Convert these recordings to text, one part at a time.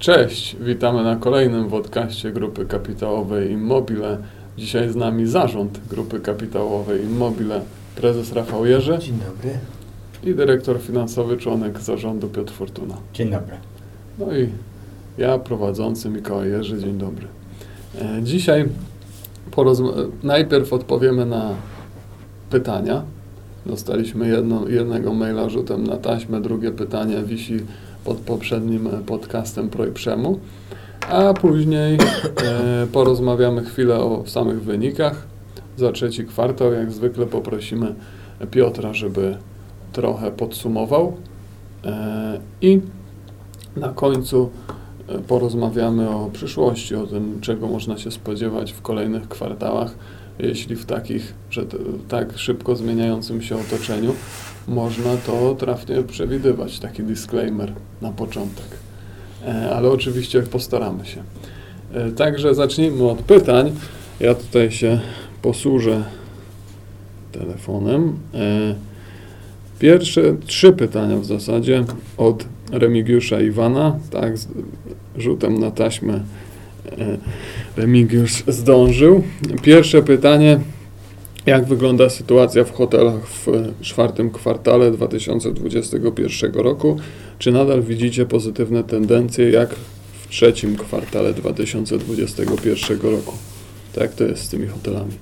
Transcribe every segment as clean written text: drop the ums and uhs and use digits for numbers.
Cześć, witamy na kolejnym podcaście Grupy Kapitałowej Immobile. Dzisiaj z nami zarząd Grupy Kapitałowej Immobile, prezes Rafał Jerzy. Dzień dobry. I dyrektor finansowy, członek zarządu Piotr Fortuna. Dzień dobry. No i ja, prowadzący Mikołaj Jerzy. Dzień dobry. Dzisiaj najpierw odpowiemy na pytania. Dostaliśmy jednego maila rzutem na taśmę, drugie pytanie wisi pod poprzednim podcastem Projprzemu, a później porozmawiamy chwilę o samych wynikach za trzeci kwartał. Jak zwykle poprosimy Piotra, żeby trochę podsumował i na końcu porozmawiamy o przyszłości, o tym, czego można się spodziewać w kolejnych kwartałach, jeśli w takich, tak szybko zmieniającym się otoczeniu można to trafnie przewidywać. Taki disclaimer na początek. Ale oczywiście postaramy się. Także zacznijmy od pytań. Ja tutaj się posłużę telefonem. Pierwsze 3 pytania w zasadzie od Remigiusza Iwana. Tak, z rzutem na taśmę Remigiusz zdążył. Pierwsze pytanie. Jak wygląda sytuacja w hotelach w czwartym kwartale 2021 roku? Czy nadal widzicie pozytywne tendencje jak w trzecim kwartale 2021 roku? Tak, jak to jest z tymi hotelami?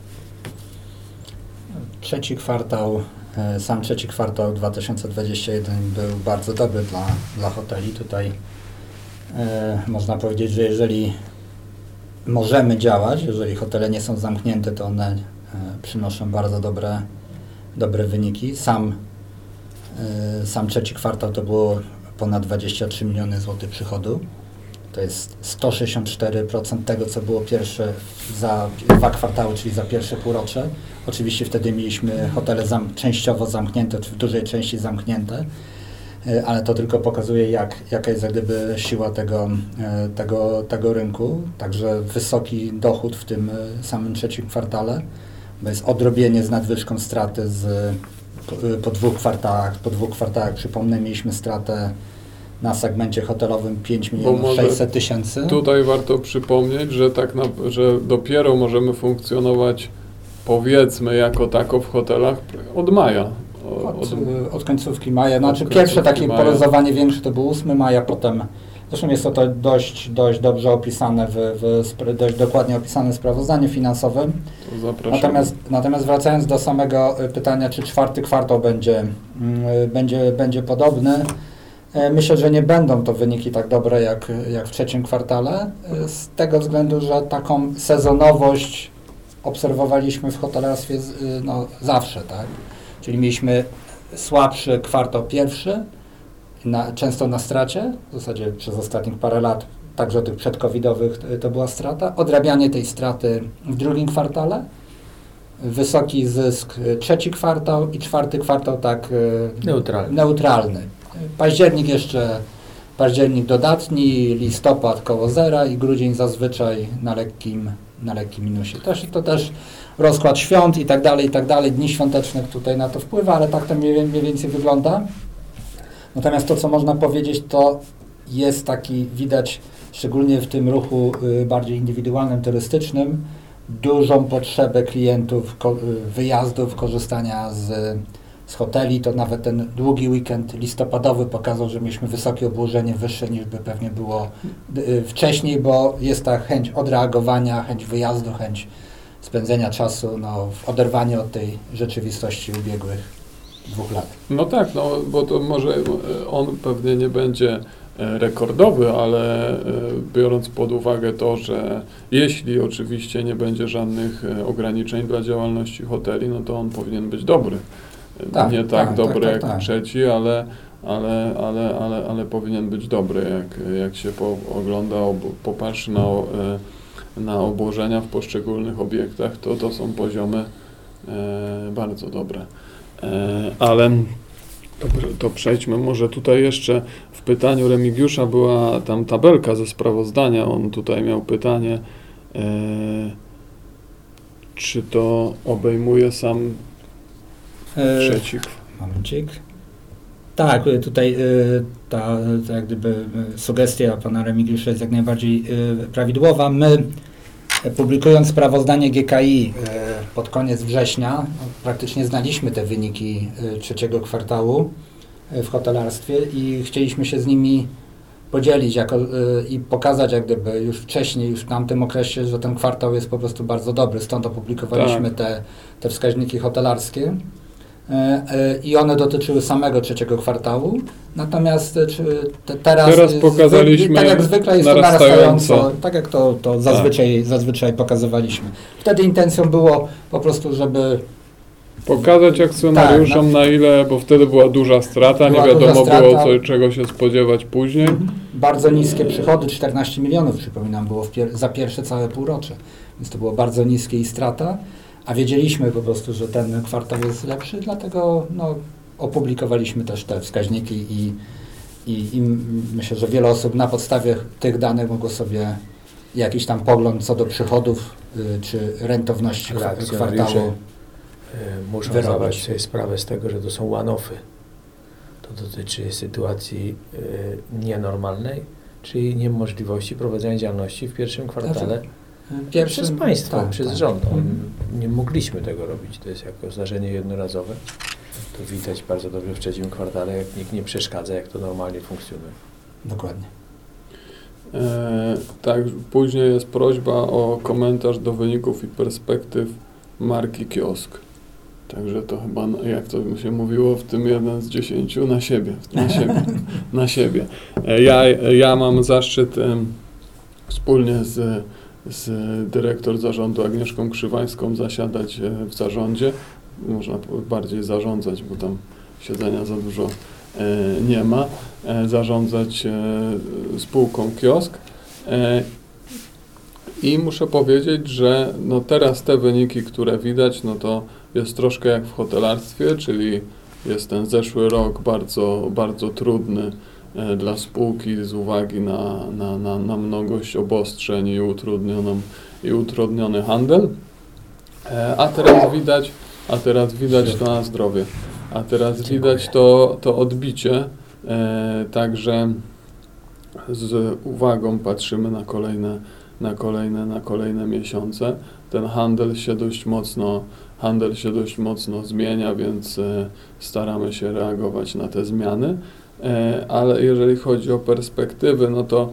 Sam trzeci kwartał 2021 był bardzo dobry dla hoteli. Tutaj można powiedzieć, że jeżeli możemy działać, jeżeli hotele nie są zamknięte, to one przynoszą bardzo dobre wyniki. Sam trzeci kwartał to było ponad 23 miliony złotych przychodu. To jest 164% tego, co było pierwsze za 2 kwartały, czyli za pierwsze półrocze. Oczywiście wtedy mieliśmy hotele częściowo zamknięte, czy w dużej części zamknięte, ale to tylko pokazuje, jaka jest jak gdyby siła tego rynku. Także wysoki dochód w tym samym trzecim kwartale, bo jest odrobienie z nadwyżką straty po 2 kwartałach. Po 2 kwartałach, przypomnę, mieliśmy stratę na segmencie hotelowym 5 milionów 600 tysięcy. Tutaj warto przypomnieć, że dopiero możemy funkcjonować, powiedzmy, jako tako w hotelach od maja. Od końcówki maja. Znaczy pierwsze takie porozowanie większe to był 8 maja, potem zresztą jest to dość dobrze opisane, dość dokładnie opisane w sprawozdaniu finansowym. Natomiast wracając do samego pytania, czy czwarty kwartał będzie podobny, myślę, że nie będą to wyniki tak dobre jak w trzecim kwartale, z tego względu, że taką sezonowość obserwowaliśmy w hotelarstwie zawsze, tak? Czyli mieliśmy słabszy kwartał pierwszy, często na stracie, w zasadzie przez ostatnich parę lat, także tych przedcovidowych to była strata, odrabianie tej straty w drugim kwartale, wysoki zysk trzeci kwartał i czwarty kwartał tak neutralny. Październik dodatni, listopad koło zera i grudzień zazwyczaj na lekkim minusie. To też rozkład świąt i tak dalej, dni świątecznych tutaj na to wpływa, ale tak to mniej więcej wygląda. Natomiast to, co można powiedzieć, to jest widać, szczególnie w tym ruchu bardziej indywidualnym, turystycznym, dużą potrzebę klientów, wyjazdów, korzystania z hoteli. To nawet ten długi weekend listopadowy pokazał, że mieliśmy wysokie obłożenie, wyższe niż by pewnie było wcześniej, bo jest ta chęć odreagowania, chęć wyjazdu, chęć spędzenia czasu w oderwaniu od tej rzeczywistości ubiegłych 2 lat. No tak, bo to może on pewnie nie będzie rekordowy, ale biorąc pod uwagę to, że jeśli oczywiście nie będzie żadnych ograniczeń dla działalności hoteli, no to on powinien być dobry. Nie tak dobry jak trzeci, ale powinien być dobry, jak się ogląda, popatrzy na obłożenia w poszczególnych obiektach, to są poziomy bardzo dobre. Ale to przejdźmy może tutaj jeszcze w pytaniu Remigiusza była tam tabelka ze sprawozdania. On tutaj miał pytanie, czy to obejmuje sam trzeci. Momencik. Tak, tutaj ta jak gdyby sugestia pana Remigiusza jest jak najbardziej prawidłowa. My, publikując sprawozdanie GKI pod koniec września, praktycznie znaliśmy te wyniki trzeciego kwartału w hotelarstwie i chcieliśmy się z nimi podzielić i pokazać jak gdyby już wcześniej, już w tamtym okresie, że ten kwartał jest po prostu bardzo dobry. Stąd opublikowaliśmy te wskaźniki hotelarskie. I one dotyczyły samego trzeciego kwartału, natomiast teraz pokazaliśmy tak jak zwykle jest to narastająco, tak jak to zazwyczaj pokazywaliśmy. Wtedy intencją było po prostu, żeby pokazać akcjonariuszom na ile, bo wtedy była duża strata, nie wiadomo było czego się spodziewać później. Bardzo niskie przychody, 14 milionów przypominam było za pierwsze całe półrocze, więc to było bardzo niskie i strata. A wiedzieliśmy po prostu, że ten kwartał jest lepszy, dlatego opublikowaliśmy też te wskaźniki i myślę, że wiele osób na podstawie tych danych mogło sobie jakiś tam pogląd co do przychodów czy rentowności kwartału muszą zdawać sobie sprawę z tego, że to są one-offy. To dotyczy sytuacji nienormalnej, czyli niemożliwości prowadzenia działalności w pierwszym kwartale. Przez państwo, przez rząd. Nie mogliśmy tego robić. To jest jako zdarzenie jednorazowe. To widać bardzo dobrze w trzecim kwartale, jak nikt nie przeszkadza, jak to normalnie funkcjonuje. Dokładnie. Tak, później jest prośba o komentarz do wyników i perspektyw marki Kiosk. Także to chyba, jak to się mówiło, w tym 1 z 10 na siebie. Ja mam zaszczyt wspólnie z dyrektor zarządu Agnieszką Krzywańską zasiadać w zarządzie. Można bardziej zarządzać, bo tam siedzenia za dużo nie ma. Zarządzać spółką Kiosk. I muszę powiedzieć, że teraz te wyniki, które widać, to jest troszkę jak w hotelarstwie, czyli jest ten zeszły rok bardzo, bardzo trudny dla spółki z uwagi na mnogość obostrzeń i utrudniony handel. A teraz widać to na zdrowie. A teraz widać to odbicie. Także z uwagą patrzymy na kolejne miesiące. Ten handel się dość mocno zmienia, więc staramy się reagować na te zmiany. Ale jeżeli chodzi o perspektywy, to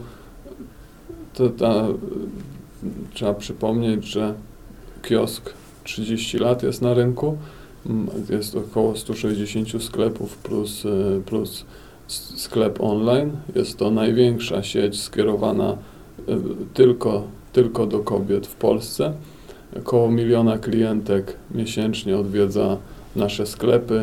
trzeba przypomnieć, że Kiosk 30 lat jest na rynku, jest około 160 sklepów plus sklep online. Jest to największa sieć skierowana tylko do kobiet w Polsce. Około 1 miliona klientek miesięcznie odwiedza nasze sklepy.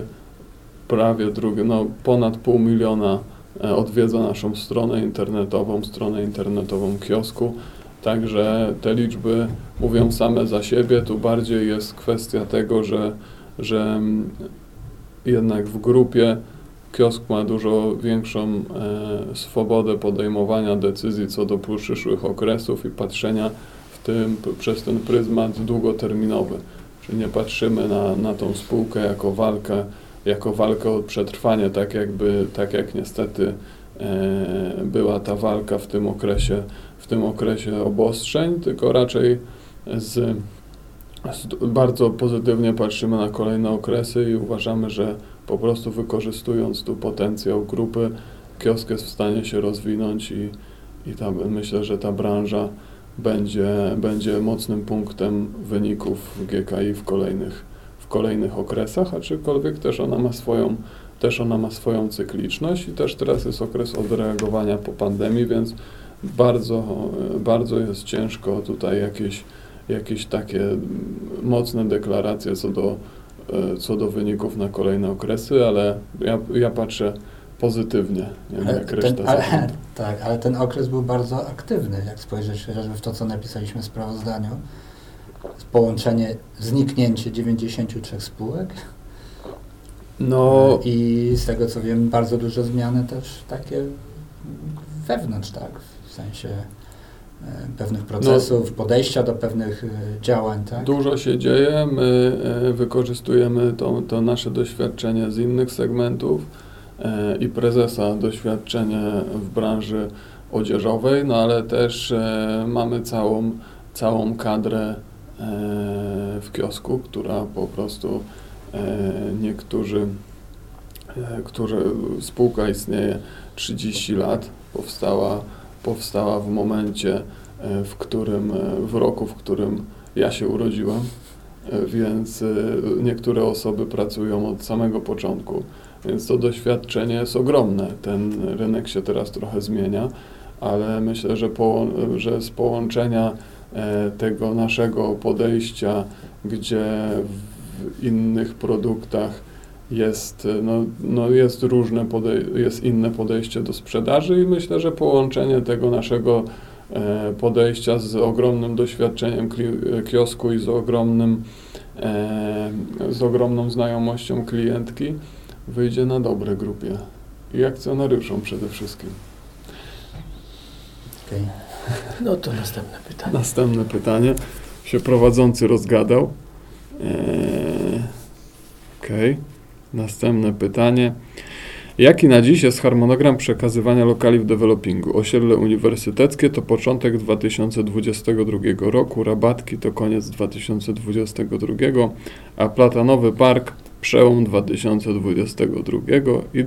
Ponad 500 000 odwiedza naszą stronę internetową Kiosku. Także te liczby mówią same za siebie. Tu bardziej jest kwestia tego, że jednak w grupie Kiosk ma dużo większą swobodę podejmowania decyzji co do przyszłych okresów i patrzenia przez ten pryzmat długoterminowy. Czyli nie patrzymy na tą spółkę jako walkę o przetrwanie, tak jak niestety była ta walka w tym okresie obostrzeń, tylko raczej bardzo pozytywnie patrzymy na kolejne okresy i uważamy, że po prostu wykorzystując tu potencjał grupy, Kiosk jest w stanie się rozwinąć i myślę, że ta branża będzie mocnym punktem wyników GKI w kolejnych okresach, aczkolwiek też ona ma swoją cykliczność i też teraz jest okres odreagowania po pandemii, więc bardzo, bardzo jest ciężko tutaj jakieś takie mocne deklaracje co do wyników na kolejne okresy, ale ja patrzę pozytywnie, nie wiem, jak reszta zarządu. Tak, ale ten okres był bardzo aktywny, jak spojrzeć chociażby w to, co napisaliśmy w sprawozdaniu. Zniknięcie 93 spółek. I z tego, co wiem, bardzo duże zmiany też takie wewnątrz, tak, w sensie pewnych procesów, podejścia do pewnych działań, tak? Dużo się dzieje, my wykorzystujemy to nasze doświadczenie z innych segmentów, i prezesa doświadczenie w branży odzieżowej, no ale też mamy całą kadrę w kiosku, która po prostu spółka istnieje 30 lat, powstała w momencie, w roku, w którym ja się urodziłem, więc niektóre osoby pracują od samego początku, więc to doświadczenie jest ogromne. Ten rynek się teraz trochę zmienia, ale myślę, że z połączenia tego naszego podejścia, gdzie w innych produktach jest inne podejście do sprzedaży i myślę, że połączenie tego naszego podejścia z ogromnym doświadczeniem kiosku i z ogromną znajomością klientki wyjdzie na dobre grupie i akcjonariuszom przede wszystkim. Okay. No to następne pytanie. Następne pytanie. Się prowadzący rozgadał. Okej. Następne pytanie. Jaki na dziś jest harmonogram przekazywania lokali w developingu? Osiedle uniwersyteckie to początek 2022 roku, Rabatki to koniec 2022, a Platanowy Park przełom 2022 i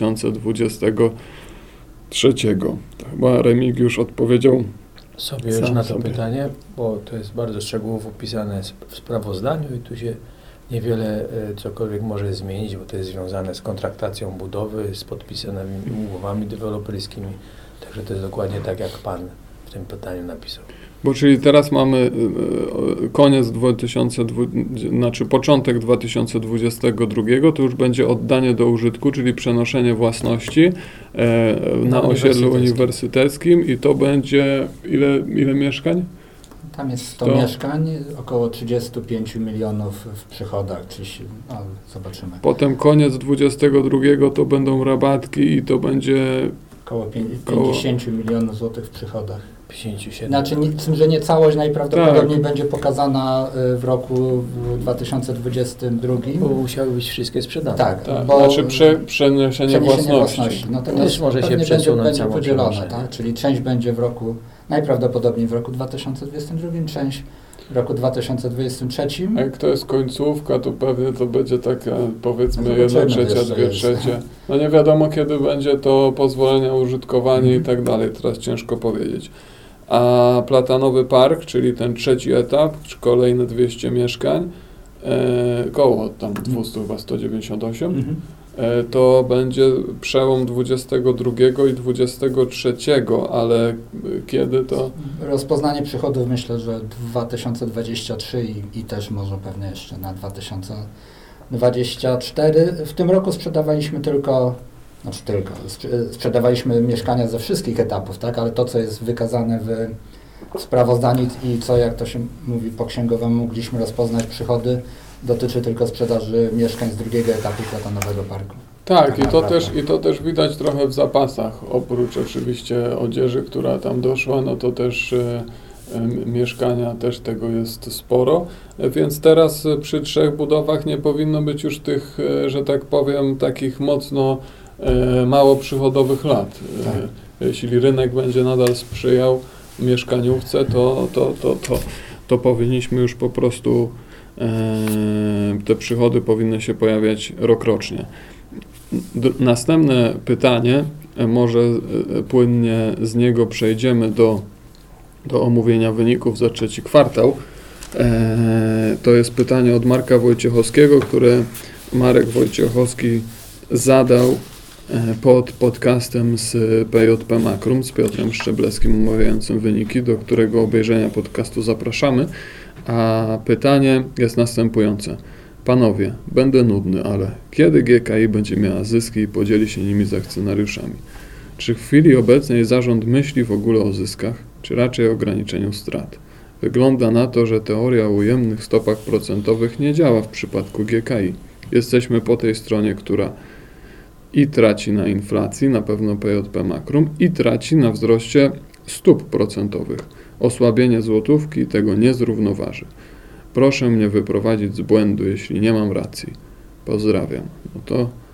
2023. To chyba Remigiusz odpowiedział sobie już na to pytanie, bo to jest bardzo szczegółowo opisane w sprawozdaniu i tu się niewiele cokolwiek może zmienić, bo to jest związane z kontraktacją budowy, z podpisanymi umowami deweloperskimi. Także to jest dokładnie tak, jak Pan w tym pytaniu napisał. Bo czyli teraz mamy koniec początek 2022, to już będzie oddanie do użytku, czyli przenoszenie własności na osiedlu uniwersyteckim i to będzie ile mieszkań? Tam jest 100 mieszkań, około 35 milionów w przychodach, zobaczymy. Potem koniec 22 to będą rabatki i to będzie około 50 milionów złotych w przychodach. 57. Znaczy, że nie całość najprawdopodobniej będzie pokazana w roku 2022. Bo musiały być wszystkie sprzedane. Tak. Bo znaczy przeniesienie własności. No to też może się przesunąć będzie podzielone, tak? Czyli część będzie najprawdopodobniej w roku 2022, część w roku 2023. A jak to jest końcówka, to pewnie to będzie taka, powiedzmy, 1/3, 2/3. No nie wiadomo, kiedy będzie to pozwolenie, użytkowanie i tak dalej. Teraz ciężko powiedzieć. A Platanowy Park, czyli ten trzeci etap, kolejne 200 mieszkań, koło tam 200, chyba 198, to będzie przełom 22 i 23, ale kiedy to? Rozpoznanie przychodów myślę, że 2023 i też może pewnie jeszcze na 2024. W tym roku sprzedawaliśmy sprzedawaliśmy mieszkania ze wszystkich etapów, tak? Ale to, co jest wykazane w sprawozdaniu i co, jak to się mówi po księgowemu, mogliśmy rozpoznać przychody, dotyczy tylko sprzedaży mieszkań z drugiego etapu Platanowego Parku. Tak, i to też widać trochę w zapasach. Oprócz oczywiście odzieży, która tam doszła, no to też mieszkania, też tego jest sporo. Więc teraz przy 3 budowach nie powinno być już tych, że tak powiem, takich mocno mało przychodowych lat. Tak. Jeśli rynek będzie nadal sprzyjał mieszkaniówce, to powinniśmy już po prostu te przychody powinny się pojawiać rokrocznie. Następne pytanie, może płynnie z niego przejdziemy do omówienia wyników za 3 kwartał. To jest pytanie od Marka Wojciechowskiego, które Marek Wojciechowski zadał pod podcastem z PJP Makrum, z Piotrem Szczebleskim omawiającym wyniki, do którego obejrzenia podcastu zapraszamy. A pytanie jest następujące. Panowie, będę nudny, ale kiedy GKI będzie miała zyski i podzieli się nimi z akcjonariuszami? Czy w chwili obecnej zarząd myśli w ogóle o zyskach, czy raczej o ograniczeniu strat? Wygląda na to, że teoria o ujemnych stopach procentowych nie działa w przypadku GKI. Jesteśmy po tej stronie, która i traci na inflacji, na pewno PJP Makrum, i traci na wzroście stóp procentowych. Osłabienie złotówki tego nie zrównoważy. Proszę mnie wyprowadzić z błędu, jeśli nie mam racji. Pozdrawiam. No to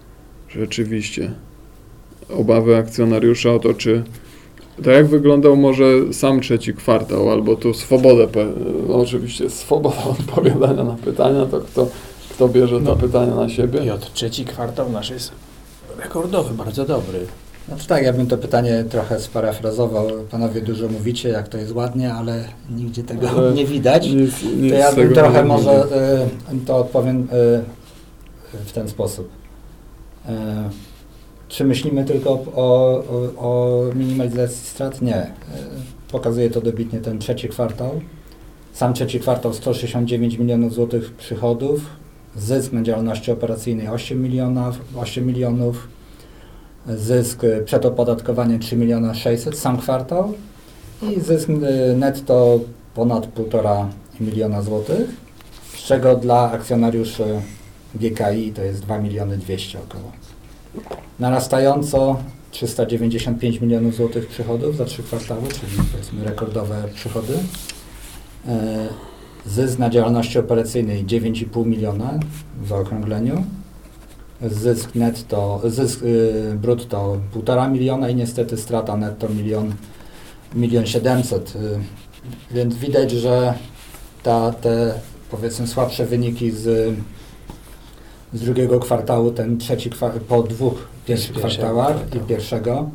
rzeczywiście obawy akcjonariusza o to, czy to jak wyglądał może sam trzeci kwartał, albo tu oczywiście swoboda odpowiadania na pytania, to kto bierze te pytania na siebie? Piotr, trzeci kwartał nasz jest rekordowy, bardzo dobry. Znaczy tak, ja bym to pytanie trochę sparafrazował. Panowie dużo mówicie, jak to jest ładnie, ale nigdzie tego nie widać. Nic to ja z bym tego trochę nie może to odpowiem w ten sposób. Czy myślimy tylko o minimalizacji strat? Nie. Pokazuje to dobitnie ten trzeci kwartał. Sam trzeci kwartał 169 milionów złotych przychodów, zysk na działalności operacyjnej 8 milionów, zysk przed opodatkowaniem 3 miliona 600, sam kwartał i zysk netto ponad 1,5 miliona złotych, z czego dla akcjonariuszy GKI to jest 2 miliony 200 około. Narastająco 395 milionów złotych przychodów za 3 kwartały, czyli powiedzmy rekordowe przychody. Zysk na działalności operacyjnej 9,5 miliona w zaokrągleniu. Zysk netto, brutto 1,5 miliona i niestety strata netto 1 700 000. Więc widać, że te powiedzmy słabsze wyniki z drugiego kwartału, ten trzeci po dwóch pierwszych kwartałach i pierwszego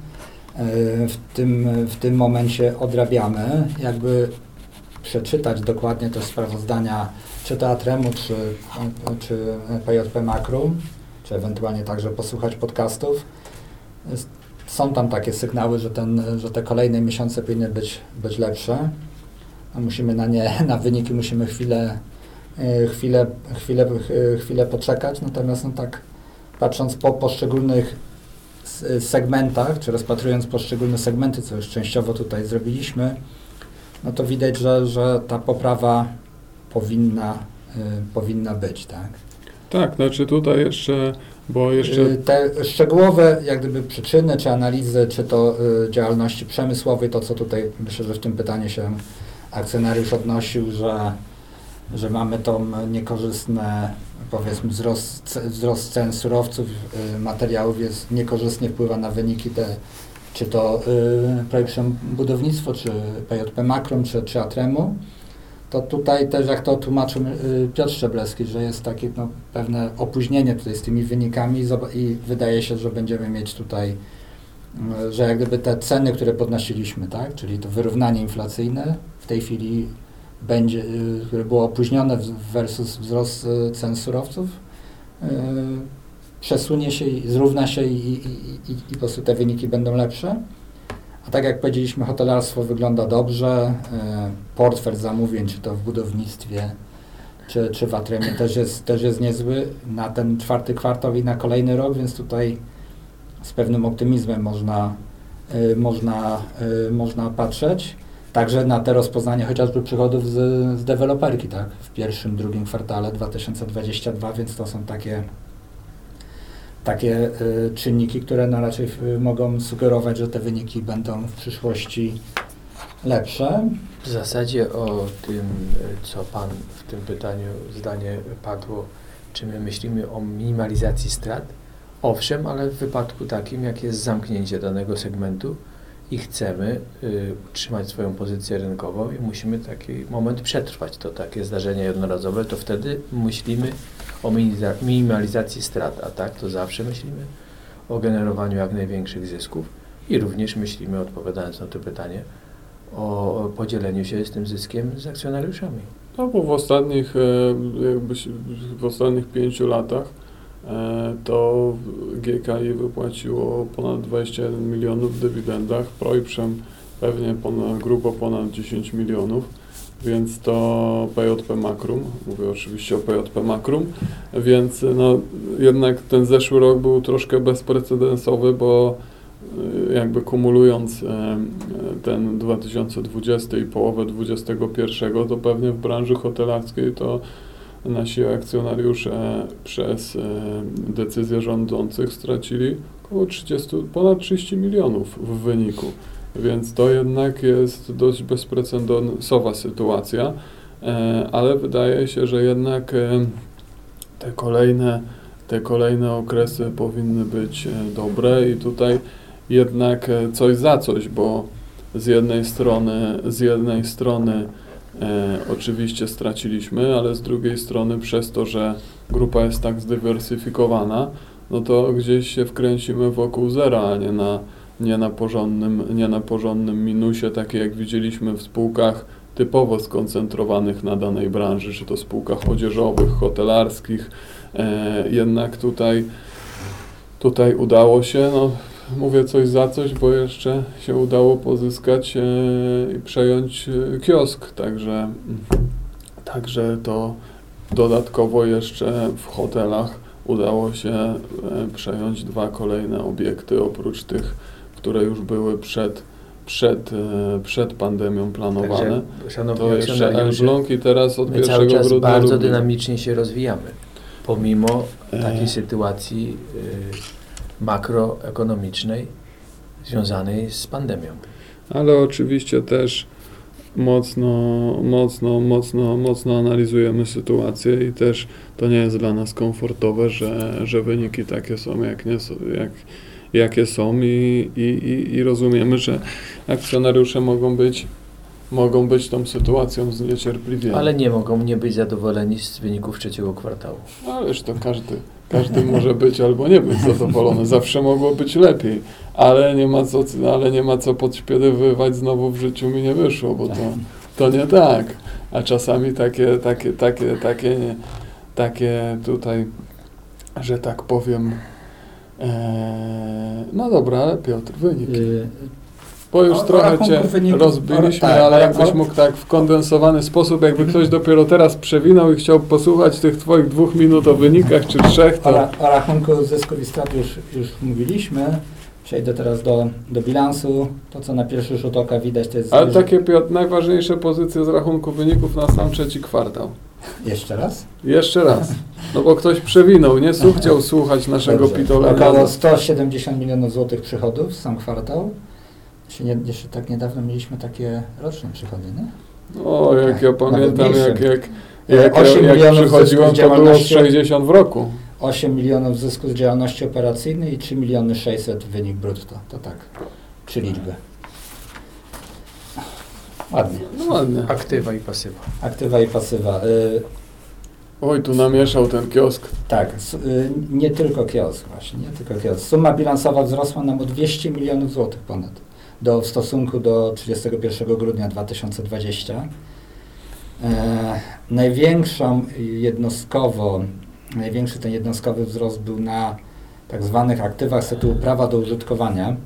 w tym momencie odrabiamy. Jakby przeczytać dokładnie te sprawozdania czy to Atremu, czy PJP Makrum, czy ewentualnie także posłuchać podcastów. Są tam takie sygnały, że te kolejne miesiące powinny być lepsze. A musimy na wyniki musimy chwilę poczekać. Natomiast no tak patrząc po poszczególnych segmentach, czy rozpatrując poszczególne segmenty, co już częściowo tutaj zrobiliśmy, no to widać, że ta poprawa powinna być, tak? Tak, znaczy tutaj jeszcze, te szczegółowe jak gdyby przyczyny, czy analizy, czy to działalności przemysłowej, to co tutaj myślę, że w tym pytaniu się akcjonariusz odnosił, że mamy tą niekorzystne, powiedzmy wzrost cen surowców, materiałów jest niekorzystnie wpływa na wyniki czy to projekt budownictwo, czy PJP Makrum, czy Atremu, to tutaj też jak to tłumaczył Piotr Szczebleski, że jest takie pewne opóźnienie tutaj z tymi wynikami i wydaje się, że będziemy mieć tutaj, że jak gdyby te ceny, które podnosiliśmy, tak, czyli to wyrównanie inflacyjne w tej chwili będzie, które było opóźnione versus wzrost cen surowców, przesunie się i zrówna się i po prostu te wyniki będą lepsze. A tak jak powiedzieliśmy, hotelarstwo wygląda dobrze, portfel zamówień, czy to w budownictwie, czy w Atremie też jest niezły na ten czwarty kwartał i na kolejny rok, więc tutaj z pewnym optymizmem można patrzeć. Także na te rozpoznanie chociażby przychodów z deweloperki, tak, w pierwszym, drugim kwartale 2022, więc to są takie czynniki, które raczej mogą sugerować, że te wyniki będą w przyszłości lepsze. W zasadzie o tym, co Pan w tym pytaniu zdanie padło, czy my myślimy o minimalizacji strat? Owszem, ale w wypadku takim, jak jest zamknięcie danego segmentu i chcemy utrzymać swoją pozycję rynkową i musimy taki moment przetrwać, to takie zdarzenie jednorazowe, to wtedy myślimy o minimalizacji strat, a tak to zawsze myślimy o generowaniu jak największych zysków i również myślimy, odpowiadając na to pytanie, o podzieleniu się z tym zyskiem z akcjonariuszami. No bo w ostatnich 5 latach to GKI wypłaciło ponad 21 milionów w dywidendach, Projprzem pewnie grubo ponad 10 milionów, więc to PJP Makrum, mówię oczywiście o PJP Makrum, więc no, jednak ten zeszły rok był troszkę bezprecedensowy, bo jakby kumulując ten 2020 i połowę 2021, to pewnie w branży hotelarskiej to nasi akcjonariusze przez decyzje rządzących stracili około ponad 30 milionów w wyniku. Więc to jednak jest dość bezprecedensowa sytuacja, ale wydaje się, że jednak te te kolejne okresy powinny być dobre i tutaj jednak coś za coś, bo z jednej strony oczywiście straciliśmy, ale z drugiej strony przez to, że grupa jest tak zdywersyfikowana, no to gdzieś się wkręcimy wokół zera, a nie na porządnym minusie, takie jak widzieliśmy w spółkach typowo skoncentrowanych na danej branży, czy to spółkach odzieżowych, hotelarskich. Jednak tutaj udało się, no mówię coś za coś, bo jeszcze się udało pozyskać i przejąć kiosk, także to dodatkowo jeszcze w hotelach udało się przejąć 2 kolejne obiekty, oprócz tych, które już były przed pandemią planowane. Szanowni to jeszcze Elbląg i teraz od 1 cały czas grudnia bardzo Lublin. dynamicznie się rozwijamy, pomimo takiej sytuacji makroekonomicznej związanej z pandemią. Ale oczywiście też mocno analizujemy sytuację i też to nie jest dla nas komfortowe, że wyniki takie są, jakie są i rozumiemy, że akcjonariusze mogą być tą sytuacją zniecierpliwieni. Ale nie mogą nie być zadowoleni z wyników 3. kwartału. Ależ to każdy może być albo nie być zadowolony. Zawsze mogło być lepiej, ale nie ma co podśpiewywać, znowu w życiu mi nie wyszło, bo to nie tak. A czasami takie tutaj, że tak powiem, no dobra, ale Piotr, wyniki. Bo już trochę Cię rozbiliśmy, ale jakbyś mógł tak w kondensowany sposób, jakby ktoś dopiero teraz przewinął i chciał posłuchać tych Twoich 2 minut o wynikach, czy 3, to... O rachunku zysków i strat już mówiliśmy. Przejdę teraz do bilansu. To, co na pierwszy rzut oka widać, to jest... Ale takie, Piotr, najważniejsze pozycje z rachunku wyników na sam 3. kwartał. Jeszcze raz? Jeszcze raz. No bo ktoś przewinął, nie? Chciał słuchać naszego pitolenia. Około 170 milionów złotych przychodów w sam kwartał. Jeszcze tak niedawno mieliśmy takie roczne przychody, nie? O, jak ja pamiętam, jak 8 milionów przychodziłem, to było 60 w roku. 8 milionów zysku z działalności operacyjnej i 3 miliony 600 wynik brutto. To tak, 3 liczby. Ładnie. No ładnie. Aktywa i pasywa. Aktywa i pasywa. Oj, tu namieszał ten kiosk. Tak, nie tylko kiosk właśnie, nie tylko kiosk. Suma bilansowa wzrosła nam o 200 milionów złotych ponad. W stosunku do 31 grudnia 2020. Największy ten jednostkowy wzrost był na tak zwanych aktywach z tytułu prawa do użytkowania.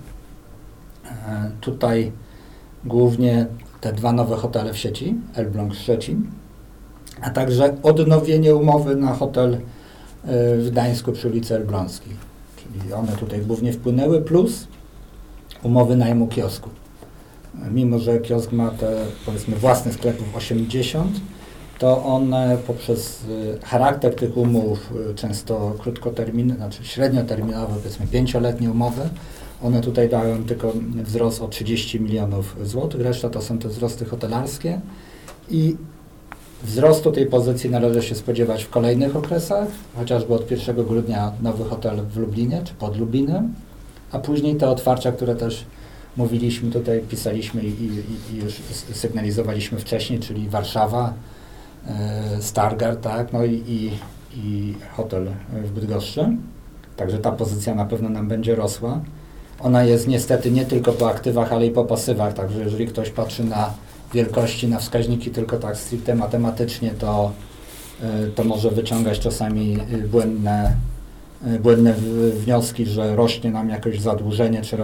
Tutaj głównie te 2 nowe hotele w sieci, Elbląg Szczecin, a także odnowienie umowy na hotel w Gdańsku przy ulicy Elbląskiej. Czyli one tutaj głównie wpłynęły, plus umowy najmu kiosku. Mimo że kiosk ma te, powiedzmy, własnych sklepów 80, to one poprzez charakter tych umów, często średnioterminowe, powiedzmy 5-letnie umowy, one tutaj dają tylko wzrost o 30 milionów złotych, reszta to są te wzrosty hotelarskie i wzrostu tej pozycji należy się spodziewać w kolejnych okresach, chociażby od 1 grudnia nowy hotel w Lublinie czy pod Lublinem, a później te otwarcia, które też mówiliśmy, tutaj pisaliśmy i już sygnalizowaliśmy wcześniej, czyli Warszawa, Stargard, tak, no i hotel w Bydgoszczy. Także ta pozycja na pewno nam będzie rosła. Ona jest niestety nie tylko po aktywach, ale i po pasywach, także jeżeli ktoś patrzy na wielkości, na wskaźniki tylko tak stricte matematycznie, to może wyciągać czasami błędne wnioski, że rośnie nam jakoś zadłużenie, czy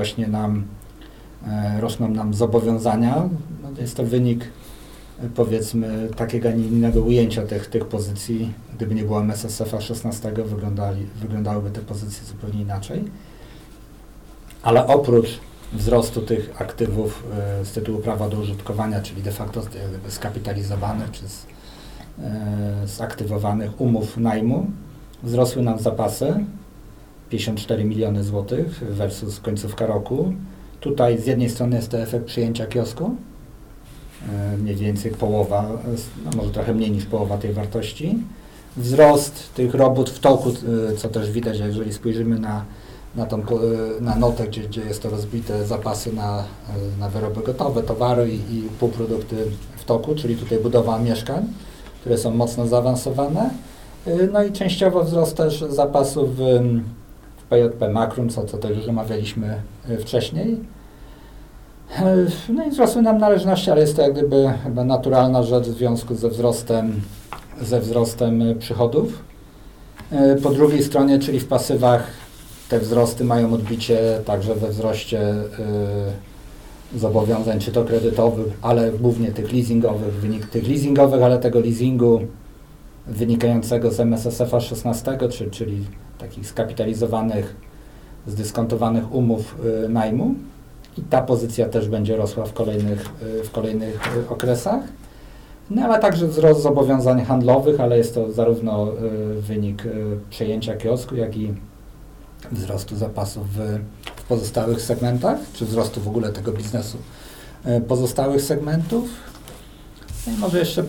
rosną nam zobowiązania. No, jest to wynik, powiedzmy, takiego, a nie innego ujęcia tych pozycji. Gdyby nie było MSSF-a 16, wyglądałyby te pozycje zupełnie inaczej. Ale oprócz wzrostu tych aktywów z tytułu prawa do użytkowania, czyli de facto skapitalizowanych czy zaktywowanych umów najmu, wzrosły nam zapasy 54 miliony złotych versus końcówka roku. Tutaj z jednej strony jest to efekt przyjęcia kiosku, mniej więcej połowa, no może trochę mniej niż połowa tej wartości, wzrost tych robót w toku, co też widać, jeżeli spojrzymy na notę, gdzie jest to rozbite, zapasy na wyroby gotowe, towary i półprodukty w toku, czyli tutaj budowa mieszkań, które są mocno zaawansowane. No i częściowo wzrost też zapasów w PJP Makrum, co też już omawialiśmy wcześniej. No i wzrosły nam należności, ale jest to jak gdyby chyba naturalna rzecz w związku ze wzrostem przychodów. Po drugiej stronie, czyli w pasywach, te wzrosty mają odbicie także we wzroście zobowiązań, czy to kredytowych, ale głównie tych leasingowych, ale tego leasingu wynikającego z MSSF-a 16, czyli takich skapitalizowanych, zdyskontowanych umów najmu. I ta pozycja też będzie rosła w kolejnych okresach. No ale także wzrost zobowiązań handlowych, ale jest to zarówno wynik przejęcia kiosku, jak i wzrostu zapasów w pozostałych segmentach, czy wzrostu w ogóle tego biznesu pozostałych segmentów. No i może jeszcze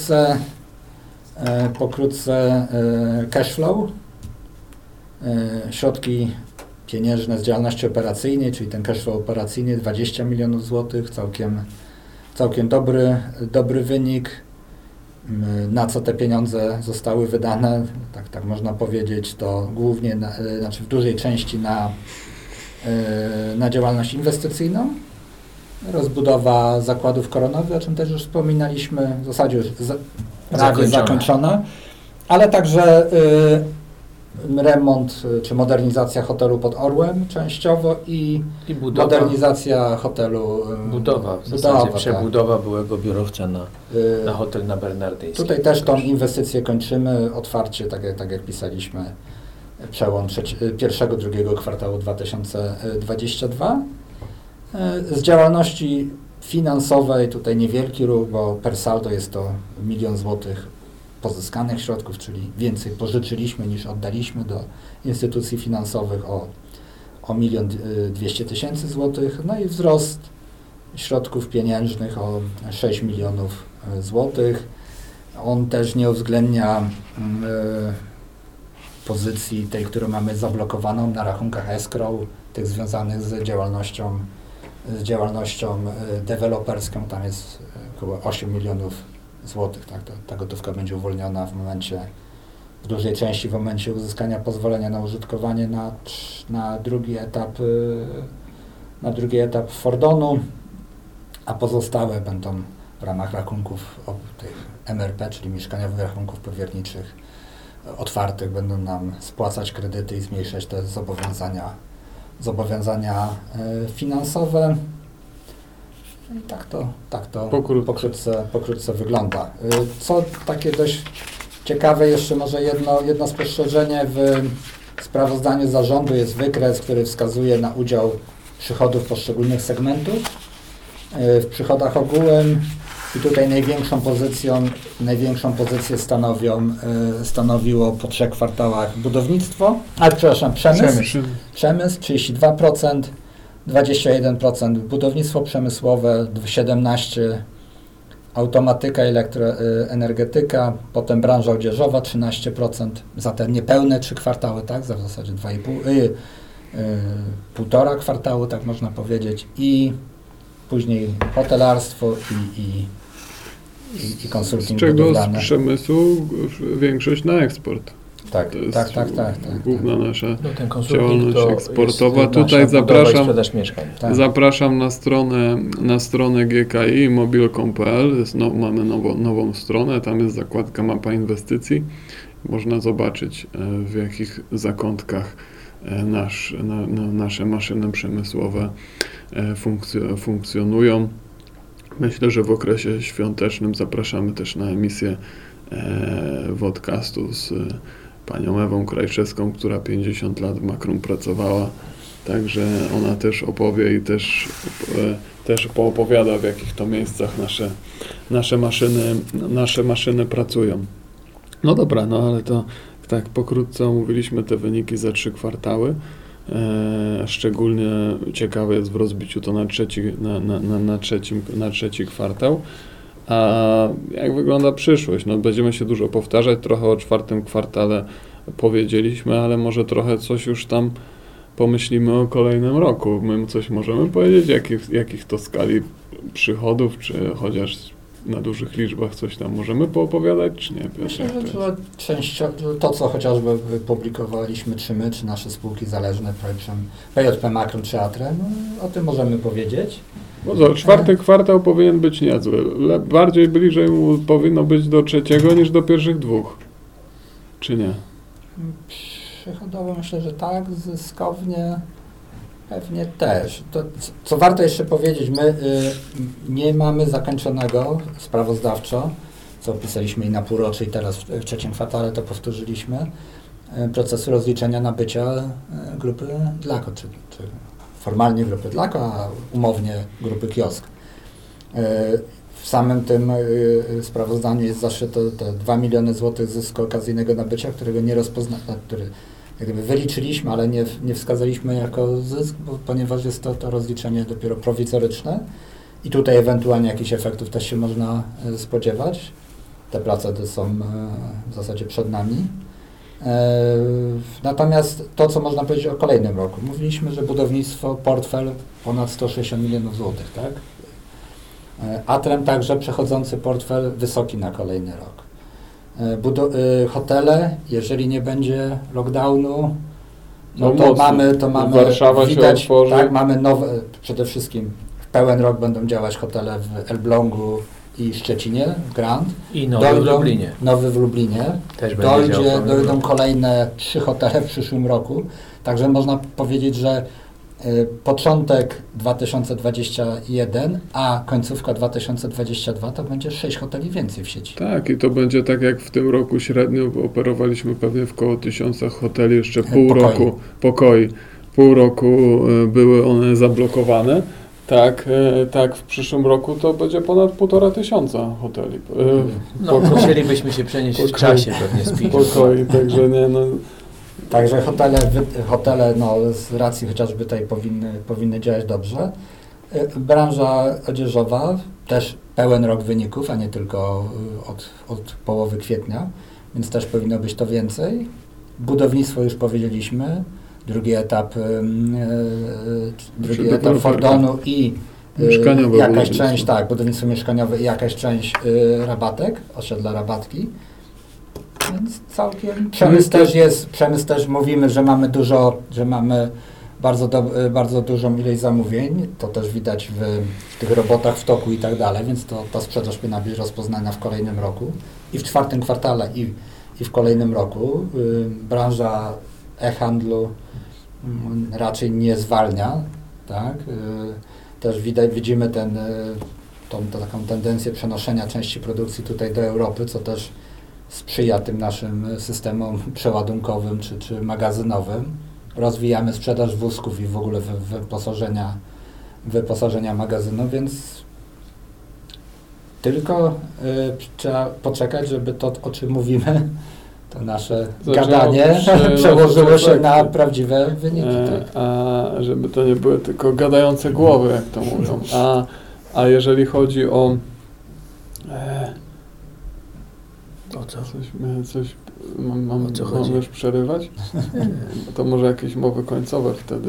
pokrótce cash flow. Środki pieniężne z działalności operacyjnej, czyli ten cash flow operacyjny 20 milionów złotych, całkiem dobry wynik. Na co te pieniądze zostały wydane, tak można powiedzieć, to głównie, w dużej części na działalność inwestycyjną, rozbudowa zakładów koronowych, o czym też już wspominaliśmy, w zasadzie już prawie zakończona, ale także remont czy modernizacja hotelu pod Orłem częściowo i modernizacja hotelu. Budowa, w zasadzie przebudowa byłego biurowca na hotel na Bernardyńskiej. Tutaj też tą inwestycję kończymy, otwarcie, tak jak pisaliśmy, przełom pierwszego, drugiego kwartału 2022. Z działalności finansowej tutaj niewielki ruch, bo per saldo jest to 1 000 000 złotych pozyskanych środków, czyli więcej pożyczyliśmy niż oddaliśmy do instytucji finansowych o 1 200 000 złotych. No i wzrost środków pieniężnych o 6 milionów złotych. On też nie uwzględnia pozycji tej, którą mamy zablokowaną na rachunkach escrow, tych związanych z działalnością deweloperską. Tam jest około 8 milionów złotych. Tak? Ta gotówka będzie uwolniona w dużej części w momencie uzyskania pozwolenia na użytkowanie na drugi etap Fordonu, a pozostałe będą w ramach rachunków tych MRP, czyli mieszkaniowych rachunków powierniczych otwartych, będą nam spłacać kredyty i zmniejszać te zobowiązania finansowe. I tak to pokrótce wygląda. Co takie dość ciekawe, jeszcze może jedno spostrzeżenie, w sprawozdaniu zarządu jest wykres, który wskazuje na udział przychodów poszczególnych segmentów w przychodach ogółem i tutaj największą pozycję stanowiło po 3 kwartałach budownictwo, przemysł 32%, 21% budownictwo przemysłowe, 17% automatyka, elektroenergetyka, potem branża odzieżowa 13%, za te niepełne 3 kwartały, tak, za w zasadzie 1,5 kwartału, tak można powiedzieć, i później hotelarstwo i konsulting budowlany. Z przemysłu większość na eksport. Tak. Główna nasza działalność eksportowa. Tutaj zapraszam na stronę GKI mobil.pl. Mamy nową stronę, tam jest zakładka mapa inwestycji. Można zobaczyć, w jakich zakątkach nasze maszyny przemysłowe funkcjonują. Myślę, że w okresie świątecznym zapraszamy też na emisję podcastu z panią Ewą Krajczewską, która 50 lat w Makrum pracowała, także ona też opowie i też poopowiada, w jakich to miejscach nasze maszyny pracują. No dobra, ale to tak pokrótce omówiliśmy te wyniki za 3 kwartały. Szczególnie ciekawe jest w rozbiciu to na trzeci kwartał. A jak wygląda przyszłość? No, będziemy się dużo powtarzać, trochę o czwartym kwartale powiedzieliśmy, ale może trochę coś już tam pomyślimy o kolejnym roku. My coś możemy powiedzieć, jakich to skali przychodów, czy chociaż na dużych liczbach coś tam możemy poopowiadać, czy nie? Myślę, że to, co chociażby publikowaliśmy, czy my, czy nasze spółki zależne, PJP Makro czy Atre, no, o tym możemy powiedzieć. No, czwarty kwartał powinien być niezły. Bardziej bliżej mu powinno być do trzeciego niż do pierwszych dwóch. Czy nie? Przychodowo myślę, że tak, zyskownie pewnie też. To, co warto jeszcze powiedzieć, my nie mamy zakończonego sprawozdawczo, co opisaliśmy i na półrocze, i teraz w trzecim kwartale to powtórzyliśmy, procesu rozliczenia nabycia grupy Dlako, czy formalnie grupy Dlako, a umownie grupy Kiosk. W samym tym sprawozdaniu jest zawsze te 2 miliony złotych zysku okazyjnego nabycia, którego nie który jak gdyby wyliczyliśmy, ale nie wskazaliśmy jako zysk, ponieważ jest to rozliczenie dopiero prowizoryczne i tutaj ewentualnie jakichś efektów też się można spodziewać. Te prace są w zasadzie przed nami. Natomiast to, co można powiedzieć o kolejnym roku. Mówiliśmy, że budownictwo, portfel ponad 160 milionów złotych, tak? Atrem także przechodzący portfel wysoki na kolejny rok. Hotele, jeżeli nie będzie lockdownu, no to mamy Warszawa widać, się otworzy. tak, mamy nowe, przede wszystkim w pełen rok będą działać hotele w Elblągu i Szczecinie, Grand. I nowy w Lublinie. Nowy w Lublinie. Też Dojdą kolejne 3 hotele w przyszłym roku. Także można powiedzieć, że początek 2021, a końcówka 2022 to będzie 6 hoteli więcej w sieci. Tak, i to będzie tak jak w tym roku średnio, bo operowaliśmy pewnie w koło 1000 hoteli, jeszcze pokoi. Pół roku były one zablokowane. Tak, w przyszłym roku to będzie ponad 1500 hoteli. Musielibyśmy się przenieść w czasie pewnie z pokoi, także nie, no. Także hotele z racji chociażby tej powinny działać dobrze. Branża odzieżowa też pełen rok wyników, a nie tylko od połowy kwietnia, więc też powinno być to więcej. Budownictwo już powiedzieliśmy, drugi etap Fordonu i jakaś część, tak, budownictwo mieszkaniowe i jakaś część rabatek, osiedla rabatki. Więc całkiem. Przemysł też mówimy, że mamy bardzo dużą ilość zamówień. To też widać w tych robotach w toku i tak dalej, więc ta sprzedaż powinna być rozpoznana w kolejnym roku. I w czwartym kwartale i w kolejnym roku. Branża e-handlu raczej nie zwalnia, tak? Też widzimy taką tendencję przenoszenia części produkcji tutaj do Europy, co też sprzyja tym naszym systemom przeładunkowym czy magazynowym. Rozwijamy sprzedaż wózków i w ogóle wyposażenia magazynu, więc tylko trzeba poczekać, żeby to, o czym mówimy, to nasze gadanie przełożyło się na prawdziwe wyniki. A żeby to nie były tylko gadające głowy, jak to mówią. A jeżeli chodzi o Mam już przerywać? To może jakieś mowy końcowe wtedy,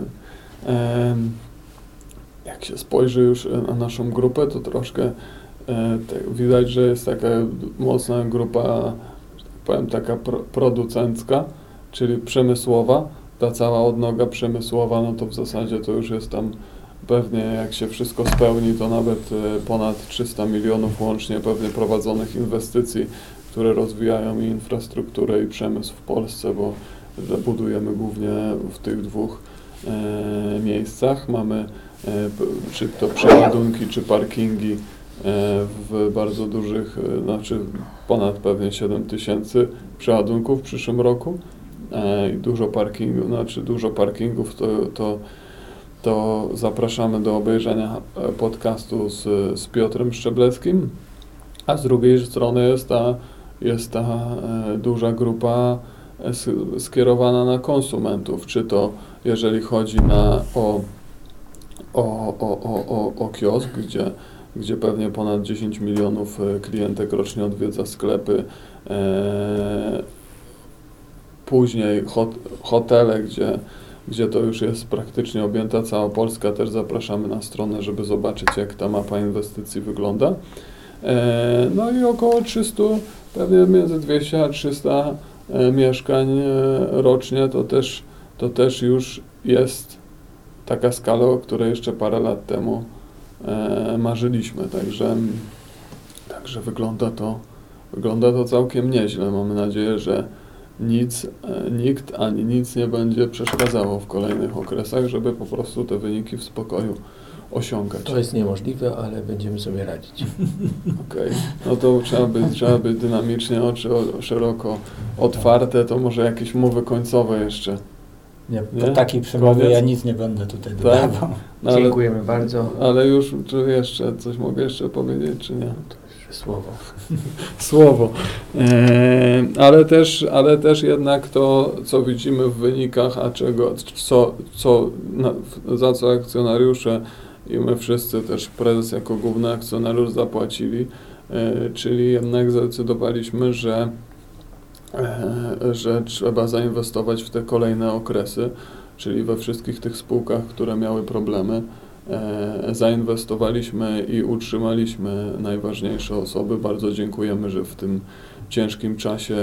jak się spojrzy już na naszą grupę, to troszkę widać, że jest taka mocna grupa, że tak powiem, taka producencka, czyli przemysłowa. Ta cała odnoga przemysłowa, no to w zasadzie to już jest tam pewnie, jak się wszystko spełni, to nawet ponad 300 milionów łącznie pewnie prowadzonych inwestycji, które rozwijają i infrastrukturę, i przemysł w Polsce, bo budujemy głównie w tych dwóch miejscach. Mamy czy to przeładunki, czy parkingi w bardzo dużych, znaczy ponad pewnie 7000 przeładunków w przyszłym roku i dużo parkingów, to zapraszamy do obejrzenia podcastu z Piotrem Szczebleckim, a z drugiej strony jest ta duża grupa skierowana na konsumentów, czy to jeżeli chodzi o kiosk, gdzie pewnie ponad 10 milionów klientek rocznie odwiedza sklepy. Później hotele, gdzie to już jest praktycznie objęta cała Polska. Też zapraszamy na stronę, żeby zobaczyć, jak ta mapa inwestycji wygląda. No i około 300, pewnie między 200 a 300 mieszkań rocznie, to też już jest taka skala, o której jeszcze parę lat temu marzyliśmy. Także wygląda to całkiem nieźle. Mamy nadzieję, że nikt ani nic nie będzie przeszkadzało w kolejnych okresach, żeby po prostu te wyniki w spokoju osiągać. To jest niemożliwe, ale będziemy sobie radzić. Okej. No to trzeba być dynamicznie, oczy szeroko otwarte, to może jakieś mowy końcowe jeszcze. Nie, po takiej przemowie ja nic nie będę tutaj dodawał. No, dziękujemy bardzo. Ale już, czy jeszcze coś mogę jeszcze powiedzieć, czy nie? To jeszcze słowo. Słowo. Ale też jednak to, co widzimy w wynikach, a za co akcjonariusze i my wszyscy, też prezes jako główny akcjonariusz zapłacili, czyli jednak zdecydowaliśmy, że trzeba zainwestować w te kolejne okresy, czyli we wszystkich tych spółkach, które miały problemy. Zainwestowaliśmy i utrzymaliśmy najważniejsze osoby. Bardzo dziękujemy, że w tym ciężkim czasie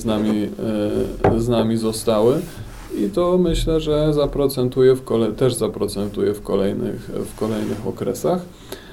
z nami zostały. I to myślę, że też zaprocentuje w kolejnych okresach.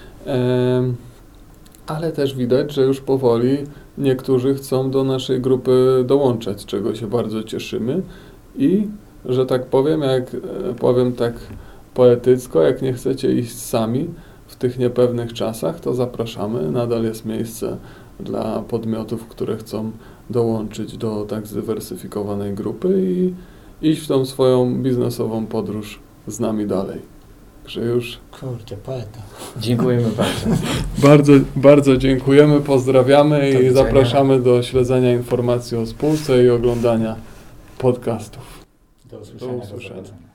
Ale też widać, że już powoli niektórzy chcą do naszej grupy dołączać, z czego się bardzo cieszymy. I, że tak powiem tak poetycko, jak nie chcecie iść sami w tych niepewnych czasach, to zapraszamy. Nadal jest miejsce dla podmiotów, które chcą dołączyć do tak zdywersyfikowanej grupy i iść w tą swoją biznesową podróż z nami dalej. Także już... Kurczę, poeta. Dziękujemy bardzo. Bardzo, bardzo dziękujemy, pozdrawiamy i zapraszamy do śledzenia informacji o spółce i oglądania podcastów. Do usłyszenia.